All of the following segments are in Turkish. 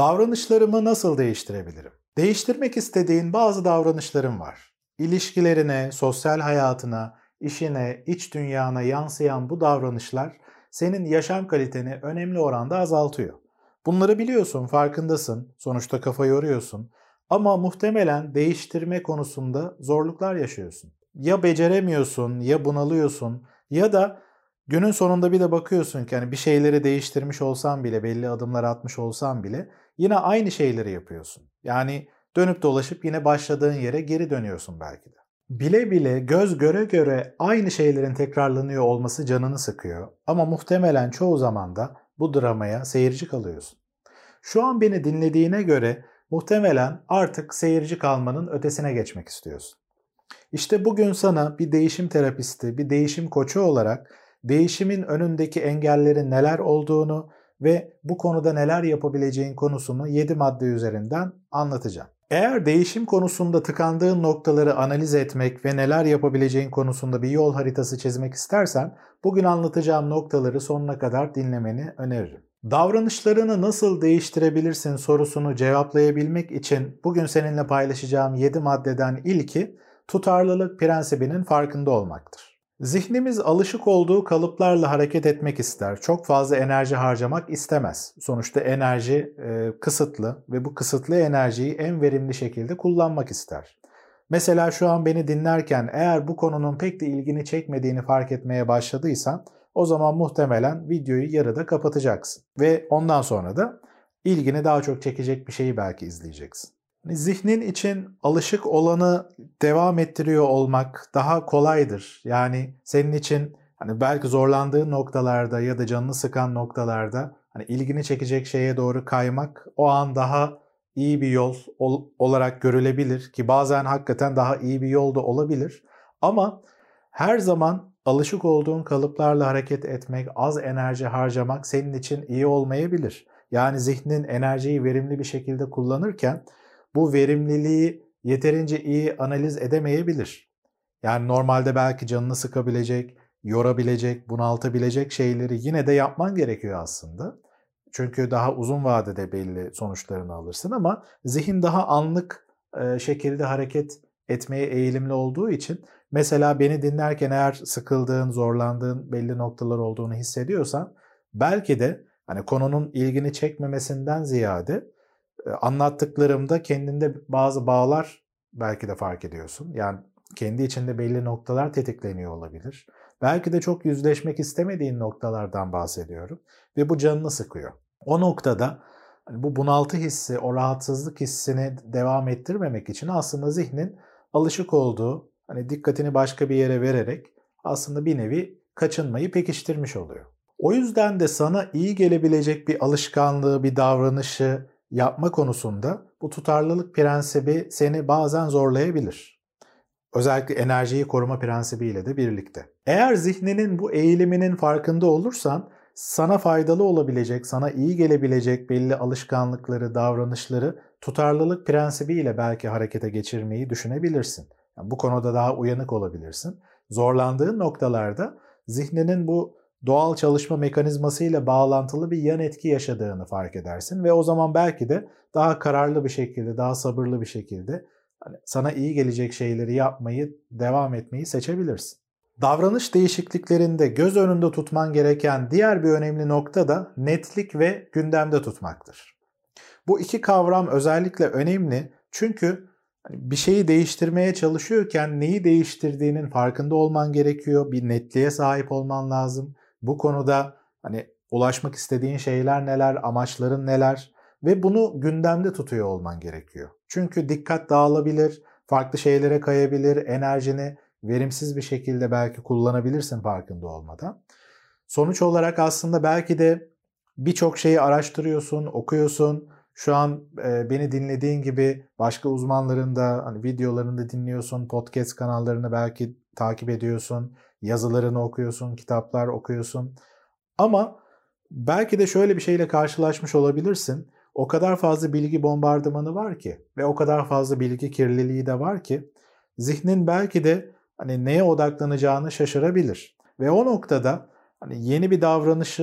Davranışlarımı nasıl değiştirebilirim? Değiştirmek istediğin bazı davranışların var. İlişkilerine, sosyal hayatına, işine, iç dünyana yansıyan bu davranışlar senin yaşam kaliteni önemli oranda azaltıyor. Bunları biliyorsun, farkındasın, sonuçta kafa yoruyorsun ama muhtemelen değiştirme konusunda zorluklar yaşıyorsun. Ya beceremiyorsun, ya bunalıyorsun ya da günün sonunda bir de bakıyorsun ki hani bir şeyleri değiştirmiş olsan bile, belli adımlar atmış olsan bile yine aynı şeyleri yapıyorsun. Yani dönüp dolaşıp yine başladığın yere geri dönüyorsun belki de. Bile bile göz göre göre aynı şeylerin tekrarlanıyor olması canını sıkıyor. Ama muhtemelen çoğu zaman da bu dramaya seyirci kalıyorsun. Şu an beni dinlediğine göre muhtemelen artık seyirci kalmanın ötesine geçmek istiyorsun. İşte bugün sana bir değişim terapisti, bir değişim koçu olarak değişimin önündeki engellerin neler olduğunu ve bu konuda neler yapabileceğin konusunu 7 madde üzerinden anlatacağım. Eğer değişim konusunda tıkandığın noktaları analiz etmek ve neler yapabileceğin konusunda bir yol haritası çizmek istersen bugün anlatacağım noktaları sonuna kadar dinlemeni öneririm. Davranışlarını nasıl değiştirebilirsin sorusunu cevaplayabilmek için bugün seninle paylaşacağım 7 maddeden ilki tutarlılık prensibinin farkında olmaktır. Zihnimiz alışık olduğu kalıplarla hareket etmek ister. Çok fazla enerji harcamak istemez. Sonuçta enerji kısıtlı ve bu kısıtlı enerjiyi en verimli şekilde kullanmak ister. Mesela şu an beni dinlerken eğer bu konunun pek de ilgini çekmediğini fark etmeye başladıysan o zaman muhtemelen videoyu yarıda kapatacaksın. Ve ondan sonra da ilgini daha çok çekecek bir şeyi belki izleyeceksin. Zihnin için alışık olanı devam ettiriyor olmak daha kolaydır. Yani senin için hani belki zorlandığın noktalarda ya da canını sıkan noktalarda hani ilgini çekecek şeye doğru kaymak o an daha iyi bir yol olarak görülebilir ki bazen hakikaten daha iyi bir yol da olabilir. Ama her zaman alışık olduğun kalıplarla hareket etmek, az enerji harcamak senin için iyi olmayabilir. Yani zihnin enerjiyi verimli bir şekilde kullanırken bu verimliliği yeterince iyi analiz edemeyebilir. Yani normalde belki canını sıkabilecek, yorabilecek, bunaltabilecek şeyleri yine de yapman gerekiyor aslında. Çünkü daha uzun vadede belli sonuçlarını alırsın ama zihin daha anlık şekilde hareket etmeye eğilimli olduğu için mesela beni dinlerken eğer sıkıldığın, zorlandığın belli noktalar olduğunu hissediyorsan belki de hani konunun ilgini çekmemesinden ziyade anlattıklarımda kendinde bazı bağlar belki de fark ediyorsun. Yani kendi içinde belli noktalar tetikleniyor olabilir. Belki de çok yüzleşmek istemediğin noktalardan bahsediyorum ve bu canını sıkıyor. O noktada hani bu bunaltı hissi, o rahatsızlık hissini devam ettirmemek için aslında zihnin alışık olduğu, hani dikkatini başka bir yere vererek aslında bir nevi kaçınmayı pekiştirmiş oluyor. O yüzden de sana iyi gelebilecek bir alışkanlığı, bir davranışı yapma konusunda bu tutarlılık prensibi seni bazen zorlayabilir. Özellikle enerjiyi koruma prensibiyle de birlikte. Eğer zihninin bu eğiliminin farkında olursan sana faydalı olabilecek, sana iyi gelebilecek belli alışkanlıkları, davranışları tutarlılık prensibiyle belki harekete geçirmeyi düşünebilirsin. Yani bu konuda daha uyanık olabilirsin. Zorlandığın noktalarda zihninin bu doğal çalışma mekanizmasıyla bağlantılı bir yan etki yaşadığını fark edersin ve o zaman belki de daha kararlı bir şekilde, daha sabırlı bir şekilde sana iyi gelecek şeyleri yapmayı, devam etmeyi seçebilirsin. Davranış değişikliklerinde göz önünde tutman gereken diğer bir önemli nokta da netlik ve gündemde tutmaktır. Bu iki kavram özellikle önemli çünkü bir şeyi değiştirmeye çalışıyorken neyi değiştirdiğinin farkında olman gerekiyor. Bir netliğe sahip olman lazım. Bu konuda hani ulaşmak istediğin şeyler neler, amaçların neler ve bunu gündemde tutuyor olman gerekiyor. Çünkü dikkat dağılabilir, farklı şeylere kayabilir, enerjini verimsiz bir şekilde belki kullanabilirsin farkında olmadan. Sonuç olarak aslında belki de birçok şeyi araştırıyorsun, okuyorsun. Şu an beni dinlediğin gibi başka uzmanların da hani videolarını da dinliyorsun, podcast kanallarını belki takip ediyorsun, yazılarını okuyorsun, kitaplar okuyorsun. Ama belki de şöyle bir şeyle karşılaşmış olabilirsin. O kadar fazla bilgi bombardımanı var ki ve o kadar fazla bilgi kirliliği de var ki zihnin belki de hani neye odaklanacağını şaşırabilir. Ve o noktada hani yeni bir davranışı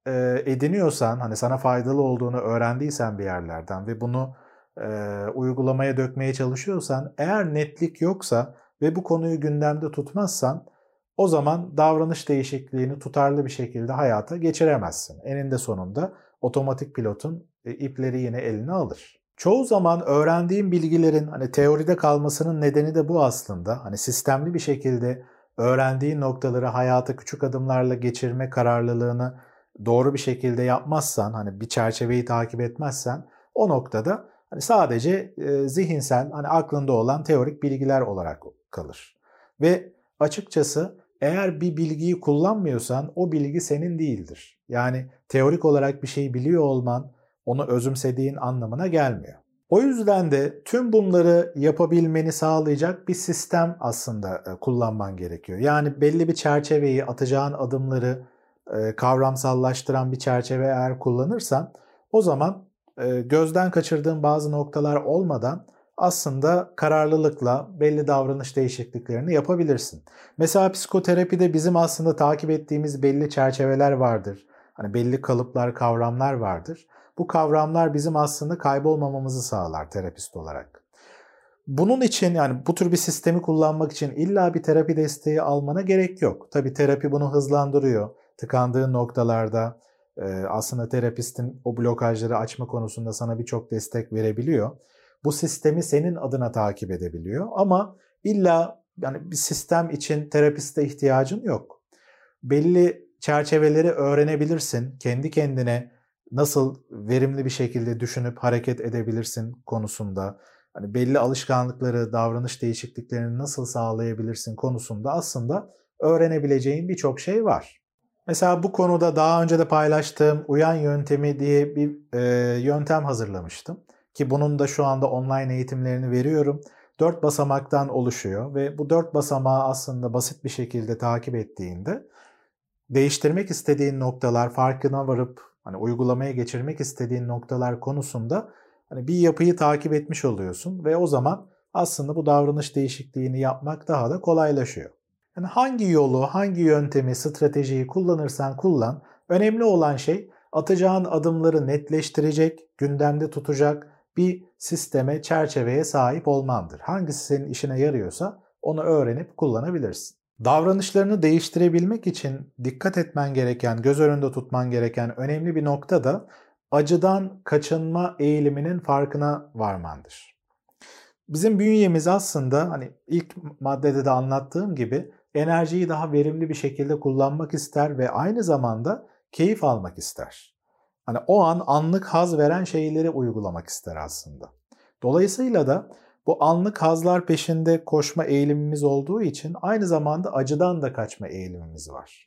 ediniyorsan, hani sana faydalı olduğunu öğrendiysen bir yerlerden ve bunu uygulamaya dökmeye çalışıyorsan, eğer netlik yoksa ve bu konuyu gündemde tutmazsan, o zaman davranış değişikliğini tutarlı bir şekilde hayata geçiremezsin. Eninde sonunda otomatik pilotun ipleri yine eline alır. Çoğu zaman öğrendiğin bilgilerin hani teoride kalmasının nedeni de bu aslında. Hani sistemli bir şekilde öğrendiğin noktaları hayata küçük adımlarla geçirme kararlılığını doğru bir şekilde yapmazsan, hani bir çerçeveyi takip etmezsen, o noktada hani sadece zihinsel, hani aklında olan teorik bilgiler olarak kalır. Ve açıkçası eğer bir bilgiyi kullanmıyorsan o bilgi senin değildir. Yani teorik olarak bir şeyi biliyor olman onu özümsediğin anlamına gelmiyor. O yüzden de tüm bunları yapabilmeni sağlayacak bir sistem aslında kullanman gerekiyor. Yani belli bir çerçeveyi, atacağın adımları kavramsallaştıran bir çerçeve eğer kullanırsan, o zaman gözden kaçırdığın bazı noktalar olmadan aslında kararlılıkla belli davranış değişikliklerini yapabilirsin. Mesela psikoterapide bizim aslında takip ettiğimiz belli çerçeveler vardır. Hani belli kalıplar, kavramlar vardır. Bu kavramlar bizim aslında kaybolmamamızı sağlar terapist olarak. Bunun için, yani bu tür bir sistemi kullanmak için illa bir terapi desteği almana gerek yok. Tabii terapi bunu hızlandırıyor. Tıkandığın noktalarda aslında terapistin o blokajları açma konusunda sana birçok destek verebiliyor. Bu sistemi senin adına takip edebiliyor ama illa yani bir sistem için terapiste ihtiyacın yok. Belli çerçeveleri öğrenebilirsin. Kendi kendine nasıl verimli bir şekilde düşünüp hareket edebilirsin konusunda, hani belli alışkanlıkları, davranış değişikliklerini nasıl sağlayabilirsin konusunda aslında öğrenebileceğin birçok şey var. Mesela bu konuda daha önce de paylaştığım uyan yöntemi diye bir yöntem hazırlamıştım. Ki bunun da şu anda online eğitimlerini veriyorum. 4 basamaktan oluşuyor ve bu 4 basamağı aslında basit bir şekilde takip ettiğinde değiştirmek istediğin noktalar, farkına varıp hani uygulamaya geçirmek istediğin noktalar konusunda hani bir yapıyı takip etmiş oluyorsun ve o zaman aslında bu davranış değişikliğini yapmak daha da kolaylaşıyor. Yani hangi yolu, hangi yöntemi, stratejiyi kullanırsan kullan, önemli olan şey atacağın adımları netleştirecek, gündemde tutacak bir sisteme, çerçeveye sahip olmandır. Hangisi senin işine yarıyorsa onu öğrenip kullanabilirsin. Davranışlarını değiştirebilmek için dikkat etmen gereken, göz önünde tutman gereken önemli bir nokta da acıdan kaçınma eğiliminin farkına varmandır. Bizim bünyemiz aslında hani ilk maddede de anlattığım gibi enerjiyi daha verimli bir şekilde kullanmak ister ve aynı zamanda keyif almak ister. Hani o an anlık haz veren şeyleri uygulamak ister aslında. Dolayısıyla da bu anlık hazlar peşinde koşma eğilimimiz olduğu için aynı zamanda acıdan da kaçma eğilimimiz var.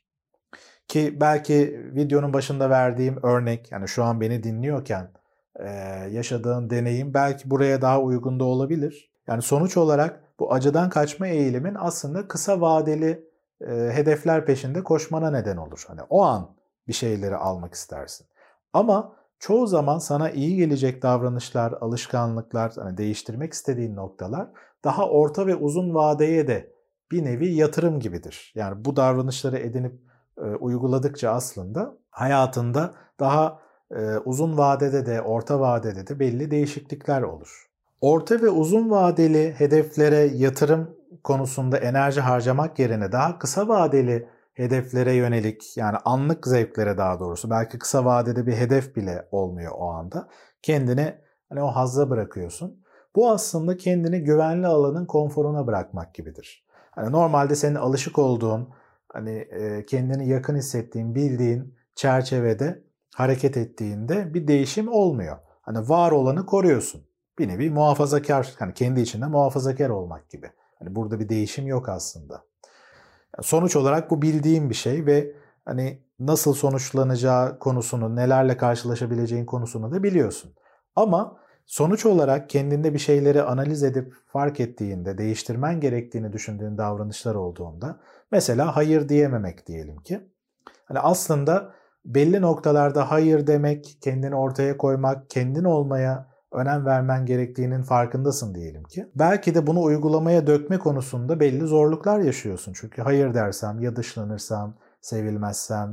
Ki belki videonun başında verdiğim örnek, yani şu an beni dinliyorken yaşadığın deneyim belki buraya daha uygun da olabilir. Yani sonuç olarak bu acıdan kaçma eğilimin aslında kısa vadeli hedefler peşinde koşmana neden olur. Hani o an bir şeyleri almak istersin. Ama çoğu zaman sana iyi gelecek davranışlar, alışkanlıklar, hani değiştirmek istediğin noktalar daha orta ve uzun vadeye de bir nevi yatırım gibidir. Yani bu davranışları edinip uyguladıkça aslında hayatında daha uzun vadede de, orta vadede de belli değişiklikler olur. Orta ve uzun vadeli hedeflere yatırım konusunda enerji harcamak yerine daha kısa vadeli hedeflere yönelik, yani anlık zevklere daha doğrusu, belki kısa vadede bir hedef bile olmuyor o anda. Kendini hani o hazza bırakıyorsun. Bu aslında kendini güvenli alanın konforuna bırakmak gibidir. Hani normalde senin alışık olduğun, hani kendini yakın hissettiğin, bildiğin çerçevede hareket ettiğinde bir değişim olmuyor. Hani var olanı koruyorsun. Bir nevi muhafazakar, hani kendi içinde muhafazakar olmak gibi. Hani burada bir değişim yok aslında. Sonuç olarak bu bildiğin bir şey ve hani nasıl sonuçlanacağı konusunu, nelerle karşılaşabileceğin konusunu da biliyorsun. Ama sonuç olarak kendinde bir şeyleri analiz edip fark ettiğinde, değiştirmen gerektiğini düşündüğün davranışlar olduğunda, mesela hayır diyememek diyelim ki. Hani aslında belli noktalarda hayır demek, kendini ortaya koymak, kendin olmaya önem vermen gerektiğinin farkındasın diyelim ki. Belki de bunu uygulamaya dökme konusunda belli zorluklar yaşıyorsun. Çünkü hayır dersem, ya dışlanırsam, sevilmezsem,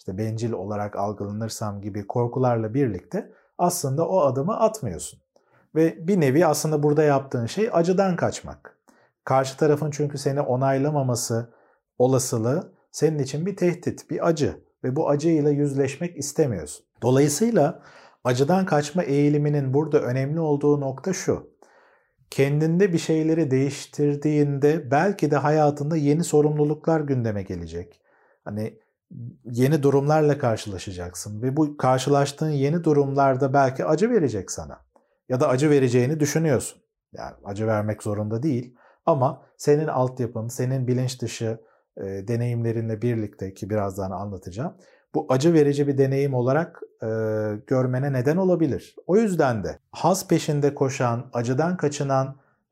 işte bencil olarak algılanırsam gibi korkularla birlikte aslında o adımı atmıyorsun. Ve bir nevi aslında burada yaptığın şey acıdan kaçmak. Karşı tarafın çünkü seni onaylamaması olasılığı senin için bir tehdit, bir acı ve bu acıyla yüzleşmek istemiyorsun. Dolayısıyla acıdan kaçma eğiliminin burada önemli olduğu nokta şu: kendinde bir şeyleri değiştirdiğinde belki de hayatında yeni sorumluluklar gündeme gelecek. Hani yeni durumlarla karşılaşacaksın ve bu karşılaştığın yeni durumlarda belki acı verecek sana. Ya da acı vereceğini düşünüyorsun. Yani acı vermek zorunda değil ama senin altyapın, senin bilinç dışı deneyimlerinle birlikte, ki birazdan anlatacağım, bu acı verici bir deneyim olarak görmene neden olabilir. O yüzden de haz peşinde koşan, acıdan kaçınan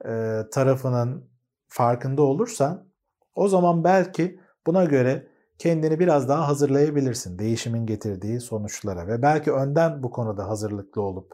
tarafının farkında olursan o zaman belki buna göre kendini biraz daha hazırlayabilirsin değişimin getirdiği sonuçlara ve belki önden bu konuda hazırlıklı olup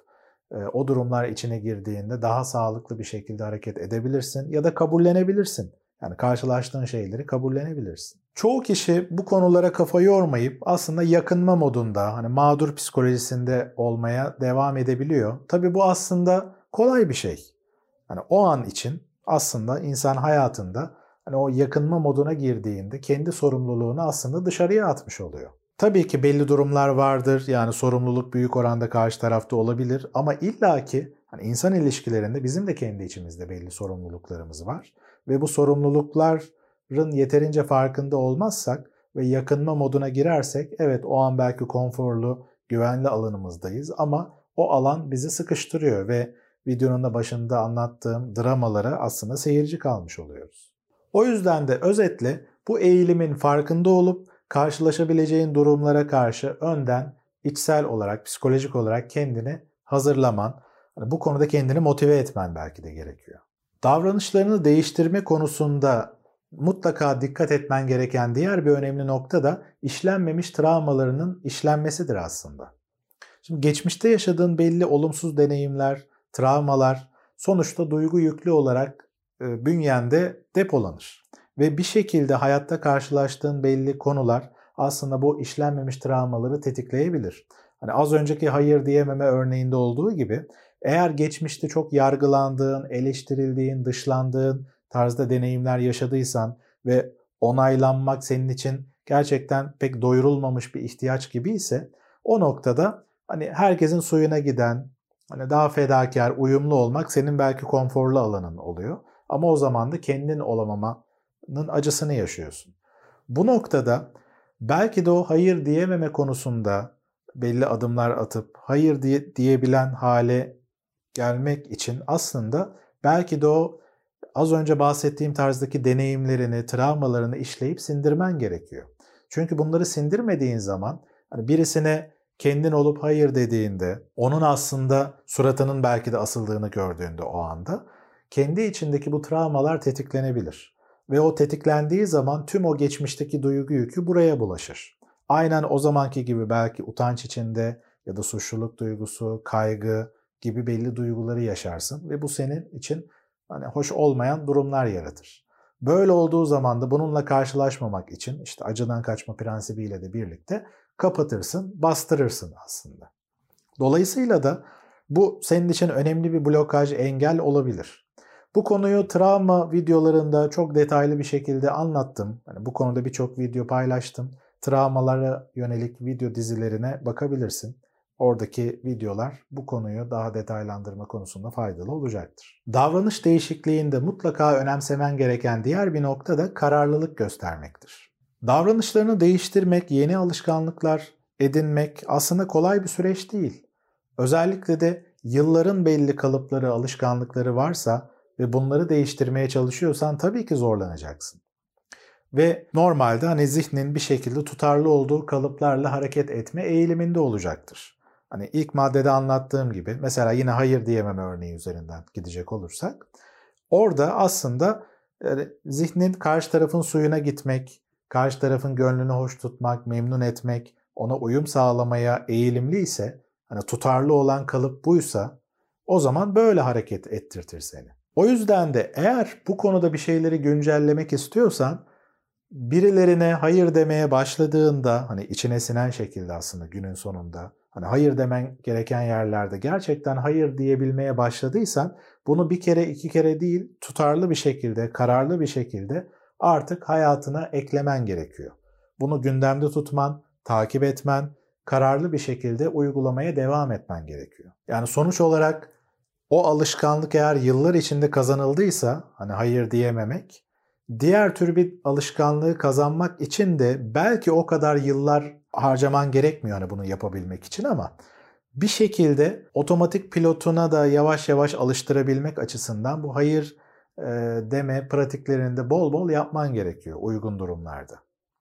o durumlar içine girdiğinde daha sağlıklı bir şekilde hareket edebilirsin ya da kabullenebilirsin. Yani karşılaştığın şeyleri kabullenebilirsin. Çoğu kişi bu konulara kafa yormayıp aslında yakınma modunda, hani mağdur psikolojisinde olmaya devam edebiliyor. Tabii bu aslında kolay bir şey. Hani o an için aslında insan hayatında hani o yakınma moduna girdiğinde kendi sorumluluğunu aslında dışarıya atmış oluyor. Tabii ki belli durumlar vardır. Yani sorumluluk büyük oranda karşı tarafta olabilir ama illaki hani insan ilişkilerinde bizim de kendi içimizde belli sorumluluklarımız var ve bu sorumlulukların yeterince farkında olmazsak ve yakınma moduna girersek evet o an belki konforlu, güvenli alanımızdayız ama o alan bizi sıkıştırıyor ve videonun da başında anlattığım dramalara aslında seyirci kalmış oluyoruz. O yüzden de özetle bu eğilimin farkında olup karşılaşabileceğin durumlara karşı önden içsel olarak, psikolojik olarak kendini hazırlaman, bu konuda kendini motive etmen belki de gerekiyor. Davranışlarını değiştirme konusunda mutlaka dikkat etmen gereken diğer bir önemli nokta da işlenmemiş travmalarının işlenmesidir aslında. Şimdi geçmişte yaşadığın belli olumsuz deneyimler, travmalar sonuçta duygu yüklü olarak bünyende depolanır. Ve bir şekilde hayatta karşılaştığın belli konular aslında bu işlenmemiş travmaları tetikleyebilir. Hani az önceki hayır diyememe örneğinde olduğu gibi eğer geçmişte çok yargılandığın, eleştirildiğin, dışlandığın tarzda deneyimler yaşadıysan ve onaylanmak senin için gerçekten pek doyurulmamış bir ihtiyaç gibi ise o noktada hani herkesin suyuna giden, hani daha fedakar, uyumlu olmak senin belki konforlu alanın oluyor. Ama o zaman da kendin olamamanın acısını yaşıyorsun. Bu noktada belki de o hayır diyememe konusunda belli adımlar atıp hayır diyebilen hale gelmek için aslında belki de o az önce bahsettiğim tarzdaki deneyimlerini, travmalarını işleyip sindirmen gerekiyor. Çünkü bunları sindirmediğin zaman hani birisine kendin olup hayır dediğinde, onun aslında suratının belki de asıldığını gördüğünde o anda kendi içindeki bu travmalar tetiklenebilir. Ve o tetiklendiği zaman tüm o geçmişteki duygu yükü buraya bulaşır. Aynen o zamanki gibi belki utanç içinde ya da suçluluk duygusu, kaygı gibi belli duyguları yaşarsın ve bu senin için hani hoş olmayan durumlar yaratır. Böyle olduğu zaman da bununla karşılaşmamak için işte acıdan kaçma prensibiyle de birlikte kapatırsın, bastırırsın aslında. Dolayısıyla da bu senin için önemli bir blokaj, engel olabilir. Bu konuyu travma videolarında çok detaylı bir şekilde anlattım. Yani bu konuda birçok video paylaştım. Travmalara yönelik video dizilerine bakabilirsin. Oradaki videolar bu konuyu daha detaylandırma konusunda faydalı olacaktır. Davranış değişikliğinde mutlaka önemsemen gereken diğer bir nokta da kararlılık göstermektir. Davranışlarını değiştirmek, yeni alışkanlıklar edinmek aslında kolay bir süreç değil. Özellikle de yılların belli kalıpları, alışkanlıkları varsa ve bunları değiştirmeye çalışıyorsan tabii ki zorlanacaksın. Ve normalde hani zihnin bir şekilde tutarlı olduğu kalıplarla hareket etme eğiliminde olacaktır. Hani ilk maddede anlattığım gibi mesela yine hayır diyememe örneği üzerinden gidecek olursak orada aslında zihnin karşı tarafın suyuna gitmek, karşı tarafın gönlünü hoş tutmak, memnun etmek, ona uyum sağlamaya eğilimli ise, hani tutarlı olan kalıp buysa o zaman böyle hareket ettirtir seni. O yüzden de eğer bu konuda bir şeyleri güncellemek istiyorsan birilerine hayır demeye başladığında hani içine sinen şekilde aslında günün sonunda hani hayır demen gereken yerlerde gerçekten hayır diyebilmeye başladıysan bunu bir kere iki kere değil tutarlı bir şekilde, kararlı bir şekilde artık hayatına eklemen gerekiyor. Bunu gündemde tutman, takip etmen, kararlı bir şekilde uygulamaya devam etmen gerekiyor. Yani sonuç olarak o alışkanlık eğer yıllar içinde kazanıldıysa hani hayır diyememek, diğer tür bir alışkanlığı kazanmak için de belki o kadar yıllar harcaman gerekmiyor hani bunu yapabilmek için ama bir şekilde otomatik pilotuna da yavaş yavaş alıştırabilmek açısından bu hayır deme pratiklerinde bol bol yapman gerekiyor uygun durumlarda.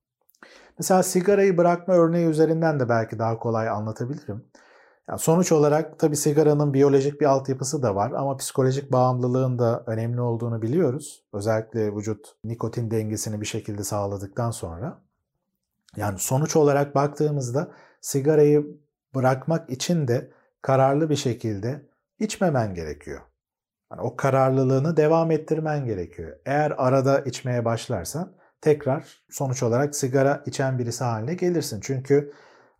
Mesela sigarayı bırakma örneği üzerinden de belki daha kolay anlatabilirim. Yani sonuç olarak tabii sigaranın biyolojik bir altyapısı da var ama psikolojik bağımlılığın da önemli olduğunu biliyoruz. Özellikle vücut nikotin dengesini bir şekilde sağladıktan sonra. Yani sonuç olarak baktığımızda sigarayı bırakmak için de kararlı bir şekilde içmemen gerekiyor. Yani o kararlılığını devam ettirmen gerekiyor. Eğer arada içmeye başlarsan tekrar sonuç olarak sigara içen birisi haline gelirsin. Çünkü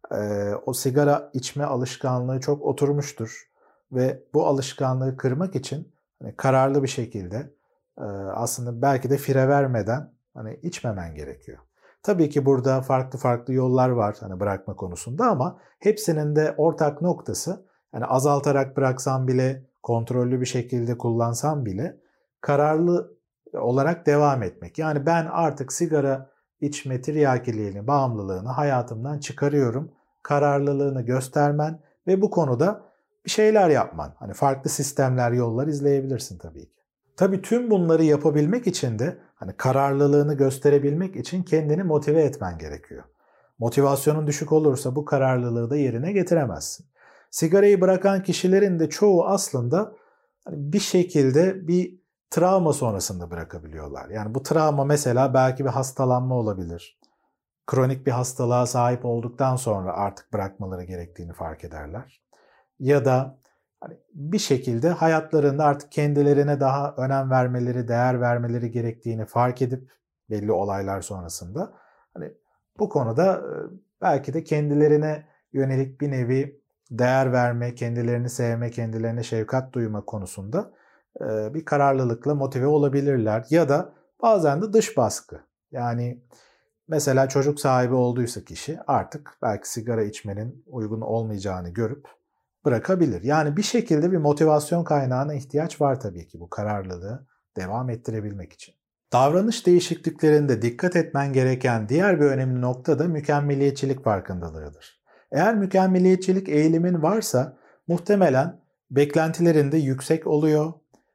o sigara içme alışkanlığı çok oturmuştur ve bu alışkanlığı kırmak için hani kararlı bir şekilde aslında belki de fire vermeden hani içmemen gerekiyor. Tabii ki burada farklı farklı yollar var hani bırakma konusunda ama hepsinin de ortak noktası yani azaltarak bıraksan bile kontrollü bir şekilde kullansan bile kararlı olarak devam etmek. Yani ben artık sigara içme tiryakiliğini, bağımlılığını hayatımdan çıkarıyorum. Kararlılığını göstermen ve bu konuda bir şeyler yapman. Hani farklı sistemler, yollar izleyebilirsin tabii ki. Tabii tüm bunları yapabilmek için de hani kararlılığını gösterebilmek için kendini motive etmen gerekiyor. Motivasyonun düşük olursa bu kararlılığı da yerine getiremezsin. Sigarayı bırakan kişilerin de çoğu aslında hani bir şekilde bir travma sonrasında bırakabiliyorlar. Yani bu travma mesela belki bir hastalanma olabilir. Kronik bir hastalığa sahip olduktan sonra artık bırakmaları gerektiğini fark ederler. Ya da hani bir şekilde hayatlarında artık kendilerine daha önem vermeleri, değer vermeleri gerektiğini fark edip belli olaylar sonrasında hani bu konuda belki de kendilerine yönelik bir nevi değer verme, kendilerini sevme, kendilerine şefkat duyma konusunda bir kararlılıkla motive olabilirler. Ya da bazen de dış baskı. Yani mesela çocuk sahibi olduysa kişi artık belki sigara içmenin uygun olmayacağını görüp bırakabilir. Yani bir şekilde bir motivasyon kaynağına ihtiyaç var tabii ki bu kararlılığı devam ettirebilmek için. Davranış değişikliklerinde dikkat etmen gereken diğer bir önemli nokta da mükemmeliyetçilik farkındalığıdır. Eğer mükemmeliyetçilik eğilimin varsa muhtemelen beklentilerin de yüksek oluyor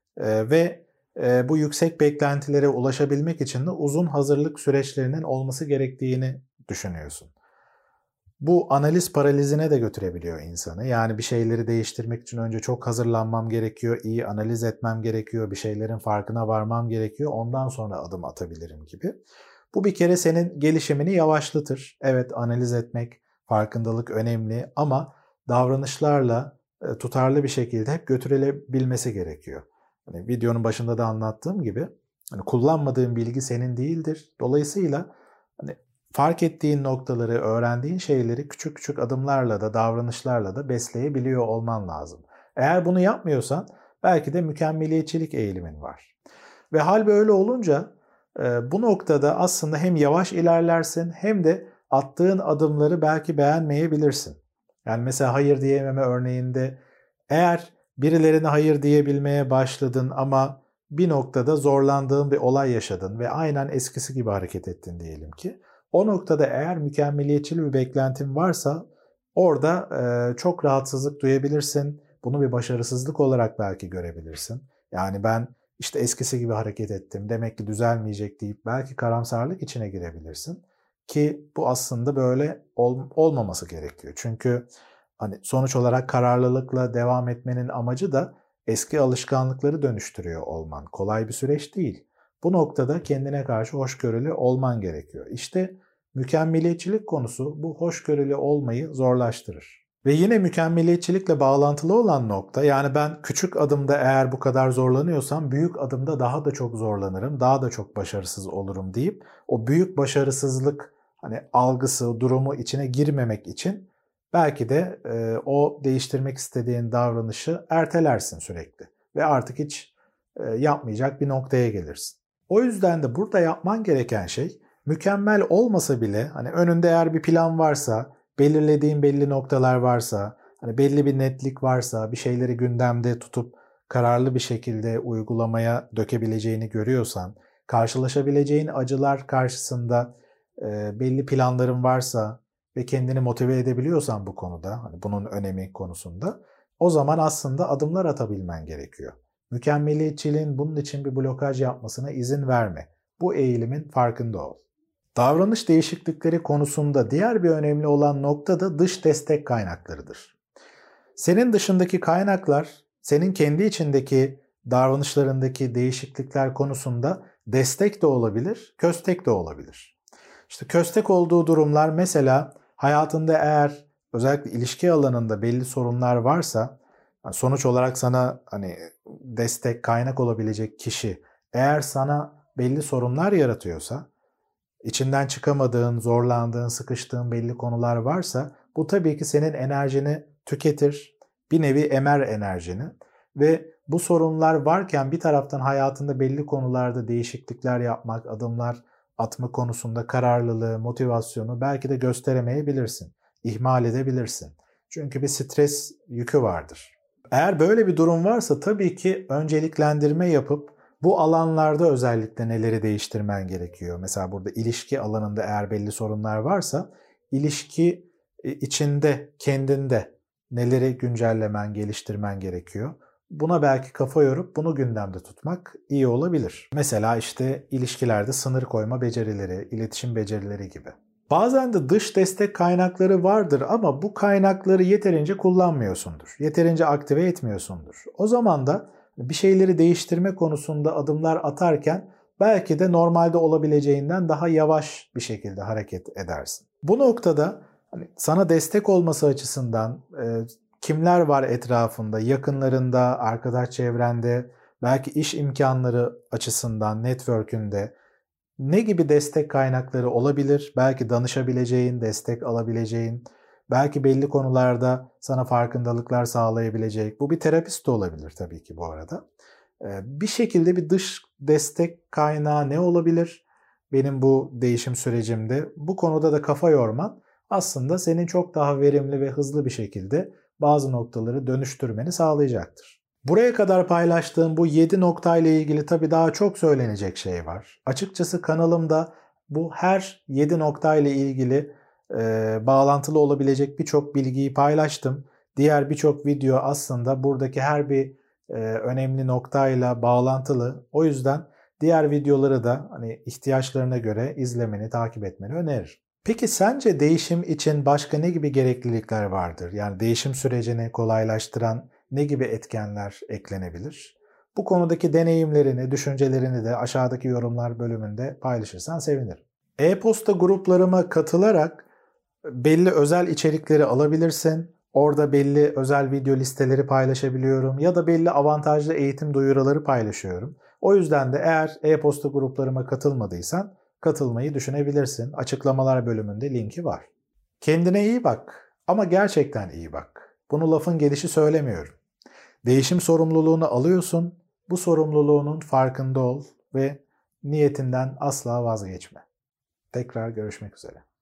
ve bu yüksek beklentilere ulaşabilmek için de uzun hazırlık süreçlerinin olması gerektiğini düşünüyorsun. Bu analiz paralizine de götürebiliyor insanı. Yani bir şeyleri değiştirmek için önce çok hazırlanmam gerekiyor, iyi analiz etmem gerekiyor, bir şeylerin farkına varmam gerekiyor, ondan sonra adım atabilirim gibi. Bu bir kere senin gelişimini yavaşlatır. Evet, analiz etmek, farkındalık önemli ama davranışlarla tutarlı bir şekilde hep götürülebilmesi gerekiyor. Hani videonun başında da anlattığım gibi hani kullanmadığın bilgi senin değildir. Dolayısıyla hani fark ettiğin noktaları, öğrendiğin şeyleri küçük küçük adımlarla da, davranışlarla da besleyebiliyor olman lazım. Eğer bunu yapmıyorsan belki de mükemmeliyetçilik eğilimin var. Ve hal böyle olunca bu noktada aslında hem yavaş ilerlersin hem de attığın adımları belki beğenmeyebilirsin. Yani mesela hayır diyememe örneğinde eğer birilerine hayır diyebilmeye başladın ama bir noktada zorlandığın bir olay yaşadın ve aynen eskisi gibi hareket ettin diyelim ki. O noktada eğer mükemmeliyetçi bir beklentin varsa orada çok rahatsızlık duyabilirsin. Bunu bir başarısızlık olarak belki görebilirsin. Yani ben işte eskisi gibi hareket ettim, demek ki düzelmeyecek deyip belki karamsarlık içine girebilirsin. Ki bu aslında böyle olmaması gerekiyor. Çünkü hani sonuç olarak kararlılıkla devam etmenin amacı da eski alışkanlıkları dönüştürüyor olman. Kolay bir süreç değil. Bu noktada kendine karşı hoşgörülü olman gerekiyor. İşte mükemmeliyetçilik konusu bu hoşgörülü olmayı zorlaştırır. Ve yine mükemmeliyetçilikle bağlantılı olan nokta, yani ben küçük adımda eğer bu kadar zorlanıyorsam büyük adımda daha da çok zorlanırım, daha da çok başarısız olurum deyip o büyük başarısızlık algısı, durumu içine girmemek için belki de o değiştirmek istediğin davranışı ertelersin sürekli ve artık hiç yapmayacak bir noktaya gelirsin. O yüzden de burada yapman gereken şey, mükemmel olmasa bile önünde eğer bir plan varsa, belirlediğin belli noktalar varsa, belli bir netlik varsa, bir şeyleri gündemde tutup kararlı bir şekilde uygulamaya dökebileceğini görüyorsan, karşılaşabileceğin acılar karşısında belli planların varsa ve kendini motive edebiliyorsan bu konuda, bunun önemi konusunda, o zaman aslında adımlar atabilmen gerekiyor. Mükemmeliyetçiliğin bunun için bir blokaj yapmasına izin verme. Bu eğilimin farkında ol. Davranış değişiklikleri konusunda diğer bir önemli olan nokta da dış destek kaynaklarıdır. Senin dışındaki kaynaklar, senin kendi içindeki davranışlarındaki değişiklikler konusunda destek de olabilir, köstek de olabilir. İşte köstek olduğu durumlar, mesela hayatında eğer özellikle ilişki alanında belli sorunlar varsa, sonuç olarak sana destek, kaynak olabilecek kişi eğer sana belli sorunlar yaratıyorsa, İçinden çıkamadığın, zorlandığın, sıkıştığın belli konular varsa bu tabii ki senin enerjini tüketir. Bir nevi emer enerjini ve bu sorunlar varken bir taraftan hayatında belli konularda değişiklikler yapmak, adımlar atma konusunda kararlılığı, motivasyonu belki de gösteremeyebilirsin. İhmal edebilirsin. Çünkü bir stres yükü vardır. Eğer böyle bir durum varsa tabii ki önceliklendirme yapıp bu alanlarda özellikle neleri değiştirmen gerekiyor? Mesela burada ilişki alanında eğer belli sorunlar varsa, ilişki içinde, kendinde neleri güncellemen, geliştirmen gerekiyor? Buna belki kafa yorup bunu gündemde tutmak iyi olabilir. Mesela işte ilişkilerde sınır koyma becerileri, iletişim becerileri gibi. Bazen de dış destek kaynakları vardır ama bu kaynakları yeterince kullanmıyorsundur. Yeterince aktive etmiyorsundur. O zaman da bir şeyleri değiştirme konusunda adımlar atarken belki de normalde olabileceğinden daha yavaş bir şekilde hareket edersin. Bu noktada sana destek olması açısından kimler var etrafında, yakınlarında, arkadaş çevrende, belki iş imkanları açısından, network'ünde ne gibi destek kaynakları olabilir? Belki danışabileceğin, destek alabileceğin, belki belli konularda sana farkındalıklar sağlayabilecek. Bu bir terapist de olabilir tabii ki bu arada. Bir şekilde bir dış destek kaynağı ne olabilir? Benim bu değişim sürecimde bu konuda da kafa yorman aslında senin çok daha verimli ve hızlı bir şekilde bazı noktaları dönüştürmeni sağlayacaktır. Buraya kadar paylaştığım bu 7 noktayla ilgili tabii daha çok söylenecek şey var. Açıkçası kanalımda bu her 7 noktayla ilgili bağlantılı olabilecek birçok bilgiyi paylaştım. Diğer birçok video aslında buradaki her bir önemli noktayla bağlantılı. O yüzden diğer videoları da ihtiyaçlarına göre izlemeni, takip etmeni öneririm. Peki sence değişim için başka ne gibi gereklilikler vardır? Yani değişim sürecini kolaylaştıran ne gibi etkenler eklenebilir? Bu konudaki deneyimlerini, düşüncelerini de aşağıdaki yorumlar bölümünde paylaşırsan sevinirim. E-posta gruplarıma katılarak belli özel içerikleri alabilirsin. Orada belli özel video listeleri paylaşabiliyorum ya da belli avantajlı eğitim duyuruları paylaşıyorum. O yüzden de eğer e-posta gruplarıma katılmadıysan katılmayı düşünebilirsin. Açıklamalar bölümünde linki var. Kendine iyi bak ama gerçekten iyi bak. Bunu lafın gelişi söylemiyorum. Değişim sorumluluğunu alıyorsun. Bu sorumluluğunun farkında ol ve niyetinden asla vazgeçme. Tekrar görüşmek üzere.